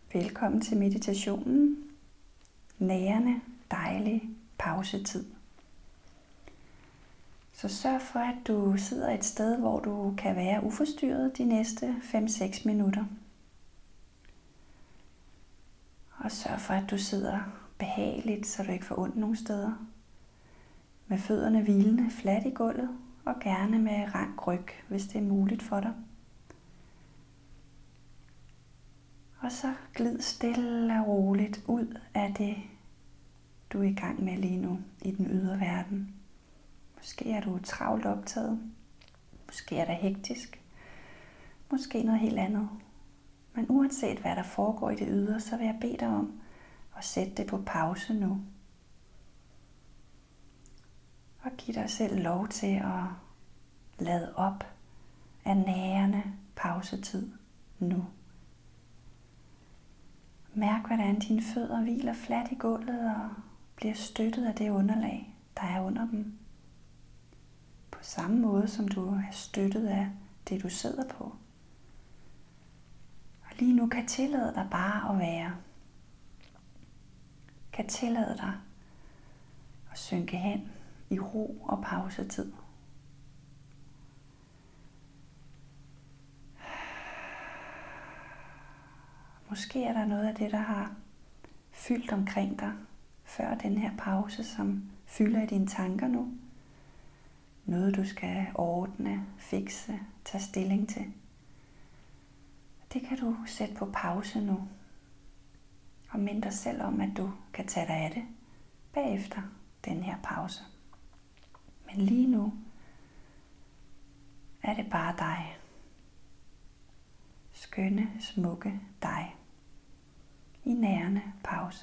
Velkommen til meditationen. Nærende, dejlig pausetid. Så sørg for, at du sidder et sted, hvor du kan være uforstyrret de næste 5-6 minutter. Og sørg for, at du sidder behageligt, så du ikke får ondt nogen steder. Med fødderne hvilende fladt i gulvet, og gerne med rank ryg, hvis det er muligt for dig. Og så glid stille og roligt ud af det, du er i gang med lige nu i den ydre verden. Måske er du travlt optaget. Måske er der hektisk. Måske noget helt andet. Men uanset hvad der foregår i det ydre, så vil jeg bede dig om at sætte det på pause nu. Og giv dig selv lov til at lade op af nærende pausetid nu. Mærk, hvordan dine fødder hviler fladt i gulvet og bliver støttet af det underlag, der er under dem. På samme måde, som du er støttet af det, du sidder på. Og lige nu kan tillade dig bare at være. Kan tillade dig at synke hen i ro og pausetid. Måske er der noget af det, der har fyldt omkring dig før den her pause, som fylder i dine tanker nu. Noget du skal ordne, fikse, tage stilling til. Det kan du sætte på pause nu. Og minde dig selv om, at du kan tage dig af det bagefter den her pause. Men lige nu er det bare dig. Skønne, smukke dig. I nærende pause.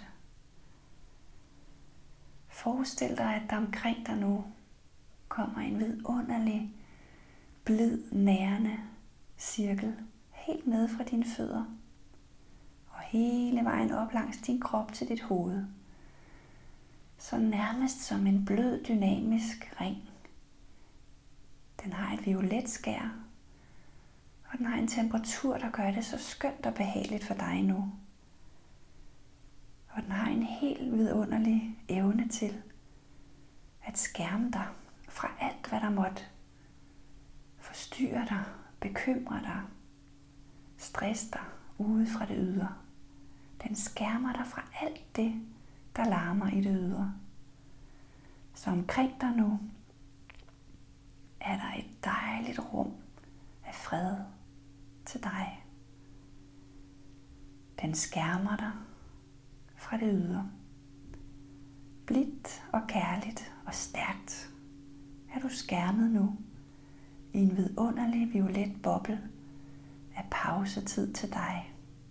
Forestil dig, at der omkring dig nu kommer en vidunderlig, blid, nærende cirkel helt ned fra dine fødder og hele vejen op langs din krop til dit hoved. Så nærmest som en blød, dynamisk ring. Den har et violet skær, og den har en temperatur, der gør det så skønt og behageligt for dig nu. Og den har en helt vidunderlig evne til at skærme dig fra alt, hvad der måtte forstyrre dig, bekymre dig, stresse dig ude fra det ydre. Den skærmer dig fra alt det, der larmer i det ydre. Så omkring dig nu er der et dejligt rum af fred til dig. Den skærmer dig fra det ydre. Blidt og kærligt og stærkt er du skærmet nu i en vidunderlig violet boble af pausetid til dig.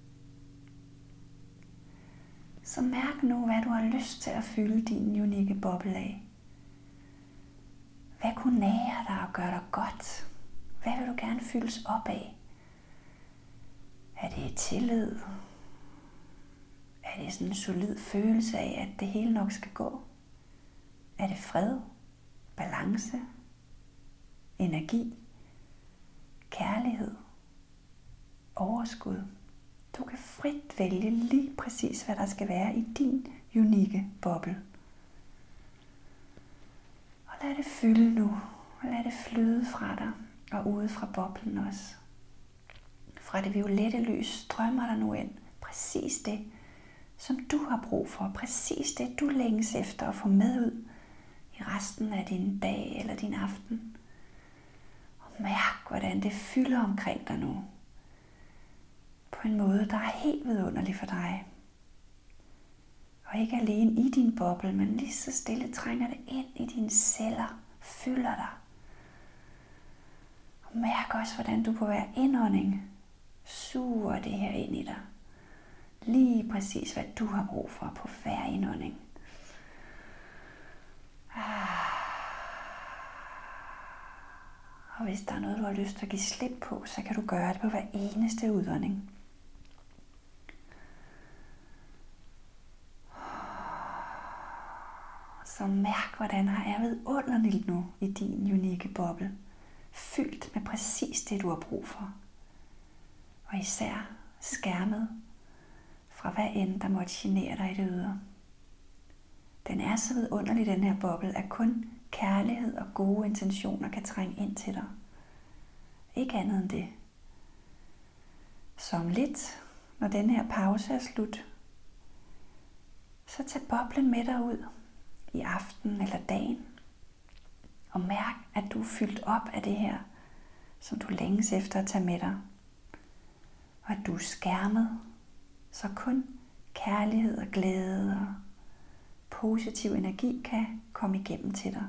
Så mærk nu, hvad du har lyst til at fylde din unikke boble af. Hvad kunne nære dig og gøre dig godt? Hvad vil du gerne fyldes op af? Er det tillid? Er det sådan en solid følelse af, at det hele nok skal gå? Er det fred? Balance? Energi? Kærlighed? Overskud? Du kan frit vælge lige præcis, hvad der skal være i din unikke boble. Og lad det fylde nu, og lad det flyde fra dig og ude fra boblen også. Fra det violette lys strømmer der nu ind præcis det, som du har brug for. Præcis det, du længes efter at få med ud i resten af din dag eller din aften. Og mærk, hvordan det fylder omkring dig nu. På en måde, der er helt vidunderlig for dig. Og ikke alene i din boble, men lige så stille trænger det ind i dine celler, fylder dig. Og mærk også, hvordan du på hver indånding suger det her ind i dig. Lige præcis, hvad du har brug for på hver indånding. Og hvis der er noget, du har lyst til at give slip på, så kan du gøre det på hver eneste udånding. Så mærk, hvordan her er vidunderligt nu i din unikke boble. Fyldt med præcis det, du har brug for. Og især skærmet fra hvad end der måtte genere dig i det ydre. Den er så vidunderlig, den her boble, at kun kærlighed og gode intentioner kan trænge ind til dig. Ikke andet end det. Så om lidt, når den her pause er slut, så tag boblen med dig ud i aften eller dagen. Og mærk, at du er fyldt op af det her, som du længes efter at tage med dig. Og at du er skærmet, så kun kærlighed og glæde og positiv energi kan komme igennem til dig.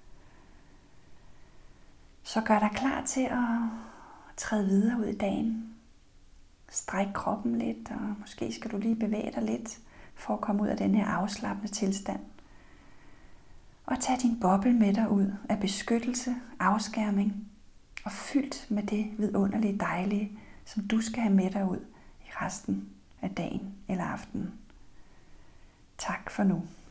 Så gør dig klar til at træde videre ud i dagen. Stræk kroppen lidt, og måske skal du lige bevæge dig lidt, for at komme ud af den her afslappende tilstand. Og tag din boble med dig ud af beskyttelse, afskærming og fyldt med det vidunderlige dejlige, som du skal have med dig ud i resten af dagen eller aftenen. Tak for nu.